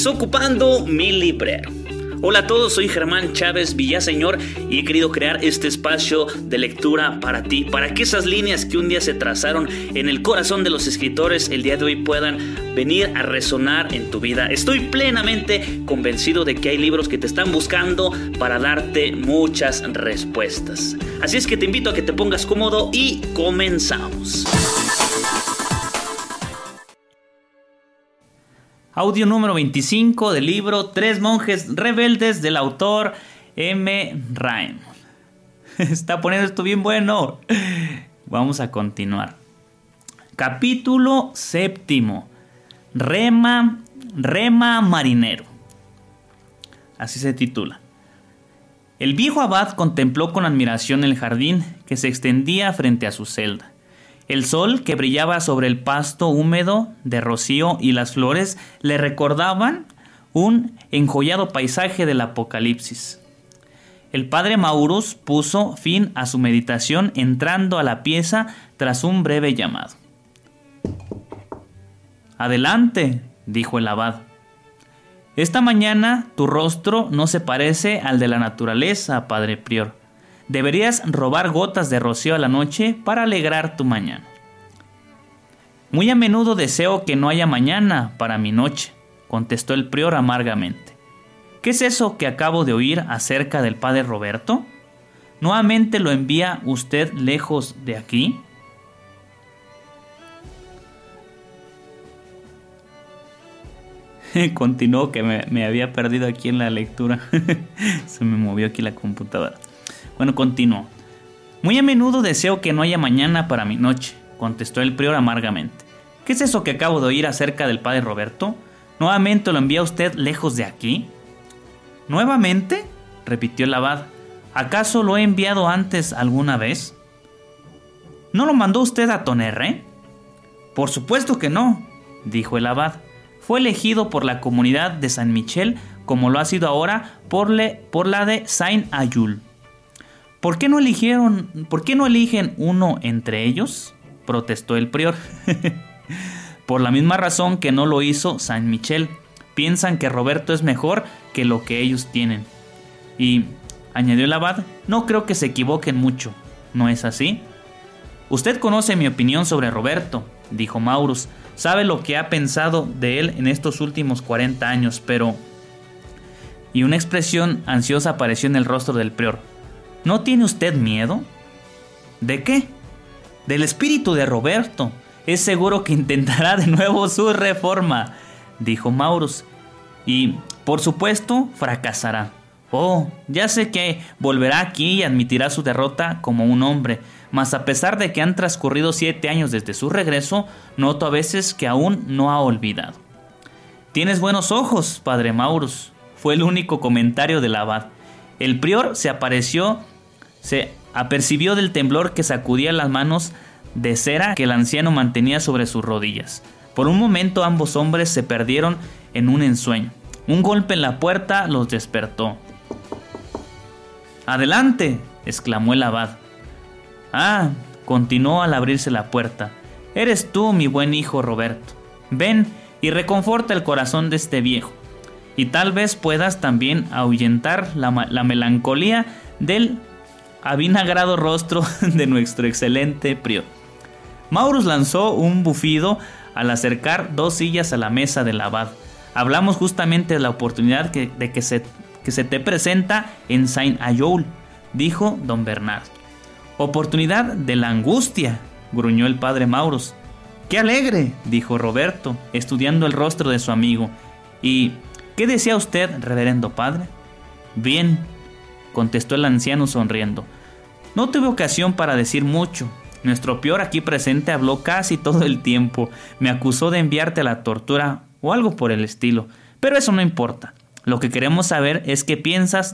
Desocupando mi librero. Hola a todos, soy Germán Chávez Villaseñor y he querido crear este espacio de lectura para ti, para que esas líneas que un día se trazaron en el corazón de los escritores el día de hoy puedan venir a resonar en tu vida. Estoy plenamente convencido de que hay libros que te están buscando para darte muchas respuestas. Así es que te invito a que te pongas cómodo y comenzamos. Audio número 25 del libro Tres monjes rebeldes del autor M. Raymond. Está poniendo esto bien bueno. Vamos a continuar. Capítulo 7. Rema marinero. Así se titula. El viejo abad contempló con admiración el jardín que se extendía frente a su celda. El sol que brillaba sobre el pasto húmedo de rocío y las flores le recordaban un enjollado paisaje del Apocalipsis. El padre Maurus puso fin a su meditación entrando a la pieza tras un breve llamado. «Adelante», dijo el abad. «Esta mañana tu rostro no se parece al de la naturaleza, padre prior. Deberías robar gotas de rocío a la noche para alegrar tu mañana». «Muy a menudo deseo que no haya mañana para mi noche», contestó el prior amargamente. «¿Qué es eso que acabo de oír acerca del padre Roberto? ¿Nuevamente lo envía usted lejos de aquí?» Continuó, que me había perdido aquí en la lectura. Se me movió aquí la computadora. Bueno, continuó. «Muy a menudo deseo que no haya mañana para mi noche», contestó el prior amargamente. «¿Qué es eso que acabo de oír acerca del padre Roberto? ¿Nuevamente lo envía usted lejos de aquí?» «¿Nuevamente?», repitió el abad. «¿Acaso lo he enviado antes alguna vez?» «¿No lo mandó usted a Tonnerre?» «Por supuesto que no», dijo el abad. «Fue elegido por la comunidad de San Michel como lo ha sido ahora por la de Saint-Ayul». ¿Por qué no eligen uno entre ellos?», protestó el prior. «Por la misma razón que no lo hizo San Michel. Piensan que Roberto es mejor que lo que ellos tienen. Y», añadió el abad, «no creo que se equivoquen mucho. ¿No es así?» «Usted conoce mi opinión sobre Roberto», dijo Maurus. «Sabe lo que ha pensado de él en estos últimos 40 años, pero...». Y una expresión ansiosa apareció en el rostro del prior. «¿No tiene usted miedo?» «¿De qué?» «Del espíritu de Roberto. Es seguro que intentará de nuevo su reforma», dijo Maurus. «Y, por supuesto, fracasará. Oh, ya sé que volverá aquí y admitirá su derrota como un hombre, mas a pesar de que han transcurrido 7 años desde su regreso, noto a veces que aún no ha olvidado». «Tienes buenos ojos, padre Maurus», fue el único comentario del abad. El prior se apercibió del temblor que sacudía las manos de cera que el anciano mantenía sobre sus rodillas. Por un momento ambos hombres se perdieron en un ensueño. Un golpe en la puerta los despertó. «¡Adelante!», exclamó el abad. «Ah», continuó al abrirse la puerta, «eres tú, mi buen hijo Roberto. Ven y reconforta el corazón de este viejo. Y tal vez puedas también ahuyentar la melancolía del avinagrado rostro de nuestro excelente prior». Maurus lanzó un bufido al acercar 2 sillas a la mesa del abad. «Hablamos justamente de la oportunidad que se te presenta en Saint-Ayul», dijo don Bernardo. «Oportunidad de la angustia», gruñó el padre Maurus. «¡Qué alegre!», dijo Roberto, estudiando el rostro de su amigo. «¿Y qué decía usted, reverendo padre?» «Bien», contestó el anciano sonriendo. «No tuve ocasión para decir mucho. Nuestro prior aquí presente habló casi todo el tiempo. Me acusó de enviarte a la tortura o algo por el estilo. Pero eso no importa. Lo que queremos saber es qué piensas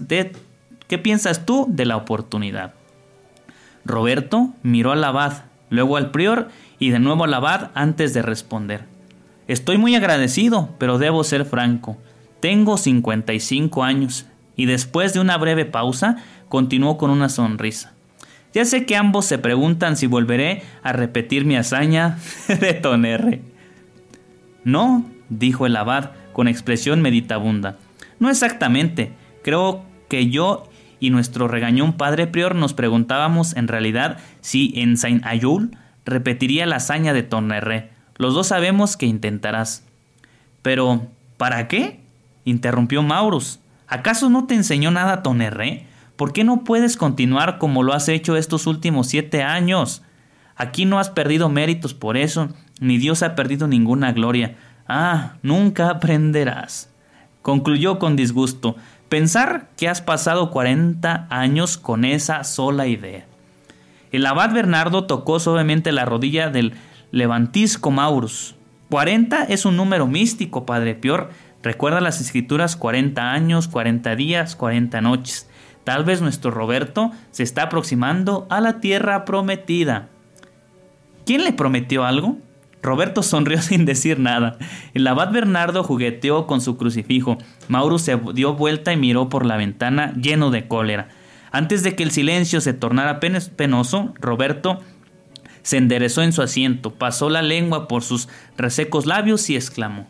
tú de la oportunidad». Roberto miró al abad, luego al prior y de nuevo al abad antes de responder. «Estoy muy agradecido, pero debo ser franco. Tengo 55 años». Y después de una breve pausa, continuó con una sonrisa. «Ya sé que ambos se preguntan si volveré a repetir mi hazaña de Tonnerre». «No», dijo el abad, con expresión meditabunda. No exactamente. Creo que yo y nuestro regañón padre prior nos preguntábamos en realidad si en Saint Ayul repetiría la hazaña de Tonnerre. Los dos sabemos que intentarás. Pero, ¿para qué?, interrumpió Maurus. ¿Acaso no te enseñó nada Tonnerre? ¿Por qué no puedes continuar como lo has hecho estos últimos 7 años? Aquí no has perdido méritos por eso, ni Dios ha perdido ninguna gloria. Ah, nunca aprenderás. Concluyó con disgusto. Pensar que has pasado 40 años con esa sola idea. El abad Bernardo tocó suavemente la rodilla del levantisco Maurus. 40 es un número místico, padre Prior. Recuerda las escrituras: 40 años, 40 días, 40 noches. Tal vez nuestro Roberto se está aproximando a la tierra prometida. ¿Quién le prometió algo? Roberto sonrió sin decir nada. El abad Bernardo jugueteó con su crucifijo. Maurus se dio vuelta y miró por la ventana lleno de cólera. Antes de que el silencio se tornara penoso, Roberto se enderezó en su asiento, pasó la lengua por sus resecos labios y exclamó: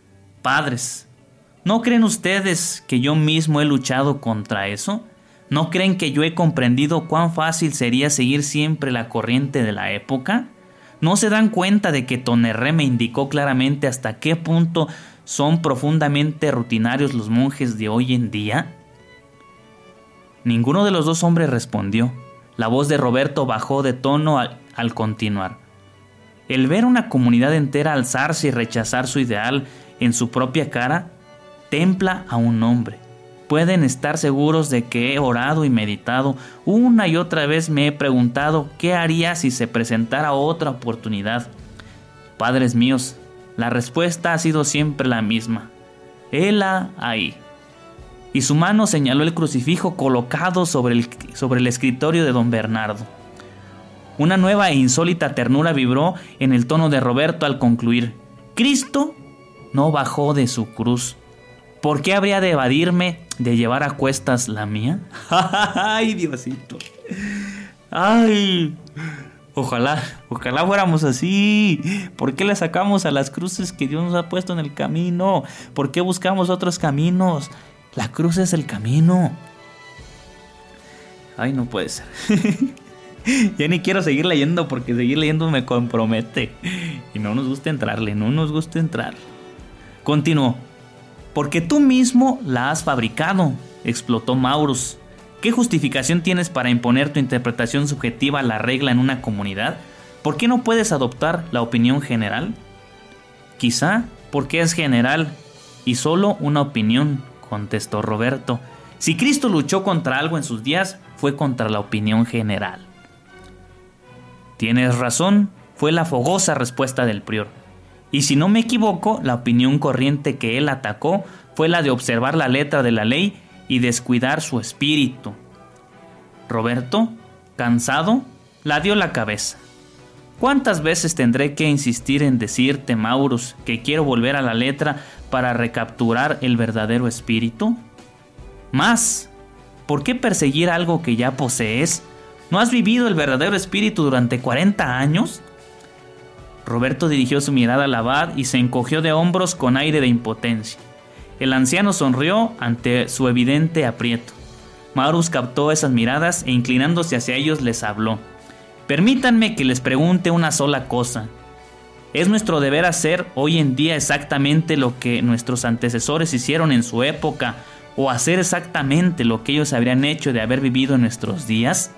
Padres, ¿no creen ustedes que yo mismo he luchado contra eso? ¿No creen que yo he comprendido cuán fácil sería seguir siempre la corriente de la época? ¿No se dan cuenta de que Tonnerre me indicó claramente hasta qué punto son profundamente rutinarios los monjes de hoy en día? Ninguno de los dos hombres respondió. La voz de Roberto bajó de tono al continuar. El ver una comunidad entera alzarse y rechazar su ideal en su propia cara templa a un hombre. Pueden estar seguros de que he orado y meditado. Una y otra vez me he preguntado qué haría si se presentara otra oportunidad. Padres míos, la respuesta ha sido siempre la misma. Hela ahí. Y su mano señaló el crucifijo colocado sobre el escritorio de don Bernardo. Una nueva e insólita ternura vibró en el tono de Roberto al concluir. Cristo no bajó de su cruz. ¿Por qué habría de evadirme de llevar a cuestas la mía? ¡Ay, Diosito! ¡Ay! Ojalá fuéramos así. ¿Por qué le sacamos a las cruces que Dios nos ha puesto en el camino? ¿Por qué buscamos otros caminos? La cruz es el camino. Ay, no puede ser. Ya ni quiero seguir leyendo porque seguir leyendo me compromete. Y no nos gusta entrarle. Continuó. Porque tú mismo la has fabricado, explotó Maurus. ¿Qué justificación tienes para imponer tu interpretación subjetiva a la regla en una comunidad? ¿Por qué no puedes adoptar la opinión general? Quizá porque es general y solo una opinión, contestó Roberto. Si Cristo luchó contra algo en sus días, fue contra la opinión general. Tienes razón, fue la fogosa respuesta del prior. Y si no me equivoco, la opinión corriente que él atacó fue la de observar la letra de la ley y descuidar su espíritu. Roberto, cansado, la dio la cabeza. ¿Cuántas veces tendré que insistir en decirte, Maurus, que quiero volver a la letra para recapturar el verdadero espíritu? Más, ¿por qué perseguir algo que ya posees? ¿No has vivido el verdadero espíritu durante 40 años? Roberto dirigió su mirada al abad y se encogió de hombros con aire de impotencia. El anciano sonrió ante su evidente aprieto. Maurus captó esas miradas e inclinándose hacia ellos les habló. Permítanme que les pregunte una sola cosa. ¿Es nuestro deber hacer hoy en día exactamente lo que nuestros antecesores hicieron en su época o hacer exactamente lo que ellos habrían hecho de haber vivido en nuestros días?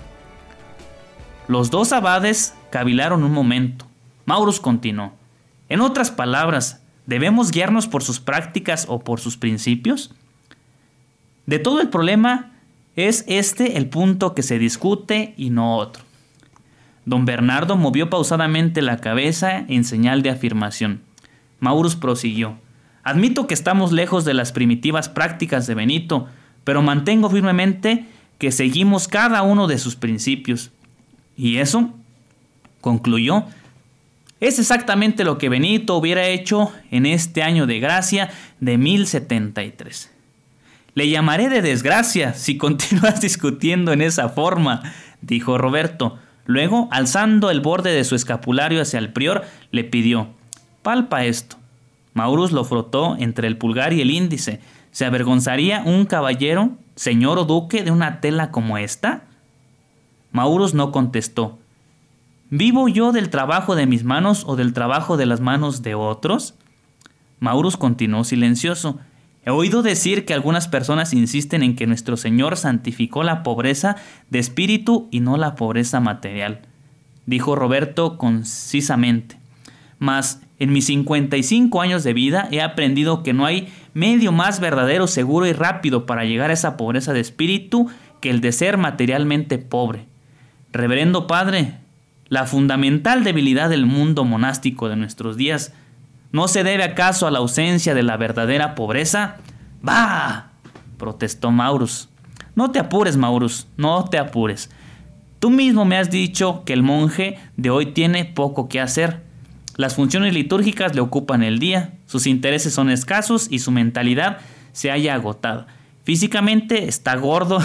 Los dos abades cavilaron un momento. Maurus continuó. En otras palabras, ¿debemos guiarnos por sus prácticas o por sus principios? De todo el problema, es este el punto que se discute y no otro. Don Bernardo movió pausadamente la cabeza en señal de afirmación. Maurus prosiguió. Admito que estamos lejos de las primitivas prácticas de Benito, pero mantengo firmemente que seguimos cada uno de sus principios. Y eso, concluyó, es exactamente lo que Benito hubiera hecho en este año de gracia de 1073. Le llamaré de desgracia si continúas discutiendo en esa forma, dijo Roberto. Luego, alzando el borde de su escapulario hacia el prior, le pidió, palpa esto. Maurus lo frotó entre el pulgar y el índice. ¿Se avergonzaría un caballero, señor o duque, de una tela como esta? Maurus no contestó. ¿Vivo yo del trabajo de mis manos o del trabajo de las manos de otros? Maurus continuó silencioso. He oído decir que algunas personas insisten en que nuestro Señor santificó la pobreza de espíritu y no la pobreza material, dijo Roberto concisamente. Mas en mis 55 años de vida he aprendido que no hay medio más verdadero, seguro y rápido para llegar a esa pobreza de espíritu que el de ser materialmente pobre. Reverendo Padre, la fundamental debilidad del mundo monástico de nuestros días ¿no se debe acaso a la ausencia de la verdadera pobreza? ¡Bah!, protestó Maurus. No te apures, Maurus, no te apures. Tú mismo me has dicho que el monje de hoy tiene poco que hacer. Las funciones litúrgicas le ocupan el día, sus intereses son escasos y su mentalidad se halla agotada. Físicamente está gordo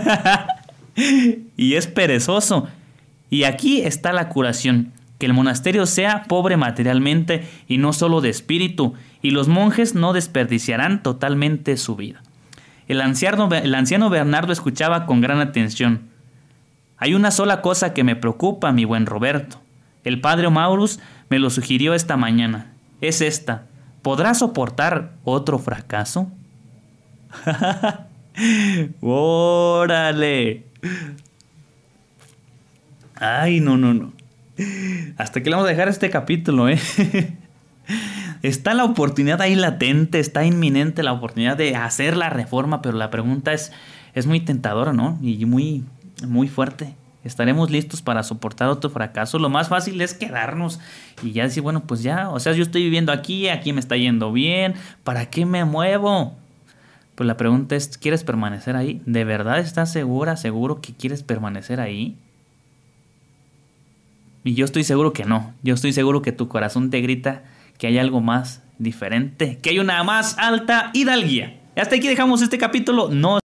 y es perezoso. Y aquí está la curación. Que el monasterio sea pobre materialmente y no solo de espíritu, y los monjes no desperdiciarán totalmente su vida. El anciano Bernardo escuchaba con gran atención. Hay una sola cosa que me preocupa, mi buen Roberto. El padre Maurus me lo sugirió esta mañana. Es esta. ¿Podrá soportar otro fracaso? ¡Órale! Ay, no. Hasta que le vamos a dejar este capítulo, Está la oportunidad ahí latente, está inminente la oportunidad de hacer la reforma, pero la pregunta es muy tentadora, ¿no? Y muy, muy fuerte. ¿Estaremos listos para soportar otro fracaso? Lo más fácil es quedarnos y ya decir, bueno, pues ya, o sea, yo estoy viviendo aquí me está yendo bien, ¿para qué me muevo? Pues la pregunta es, ¿quieres permanecer ahí? ¿De verdad estás seguro que quieres permanecer ahí? Y yo estoy seguro que no. Yo estoy seguro que tu corazón te grita que hay algo más diferente, que hay una más alta hidalguía. Hasta aquí dejamos este capítulo. No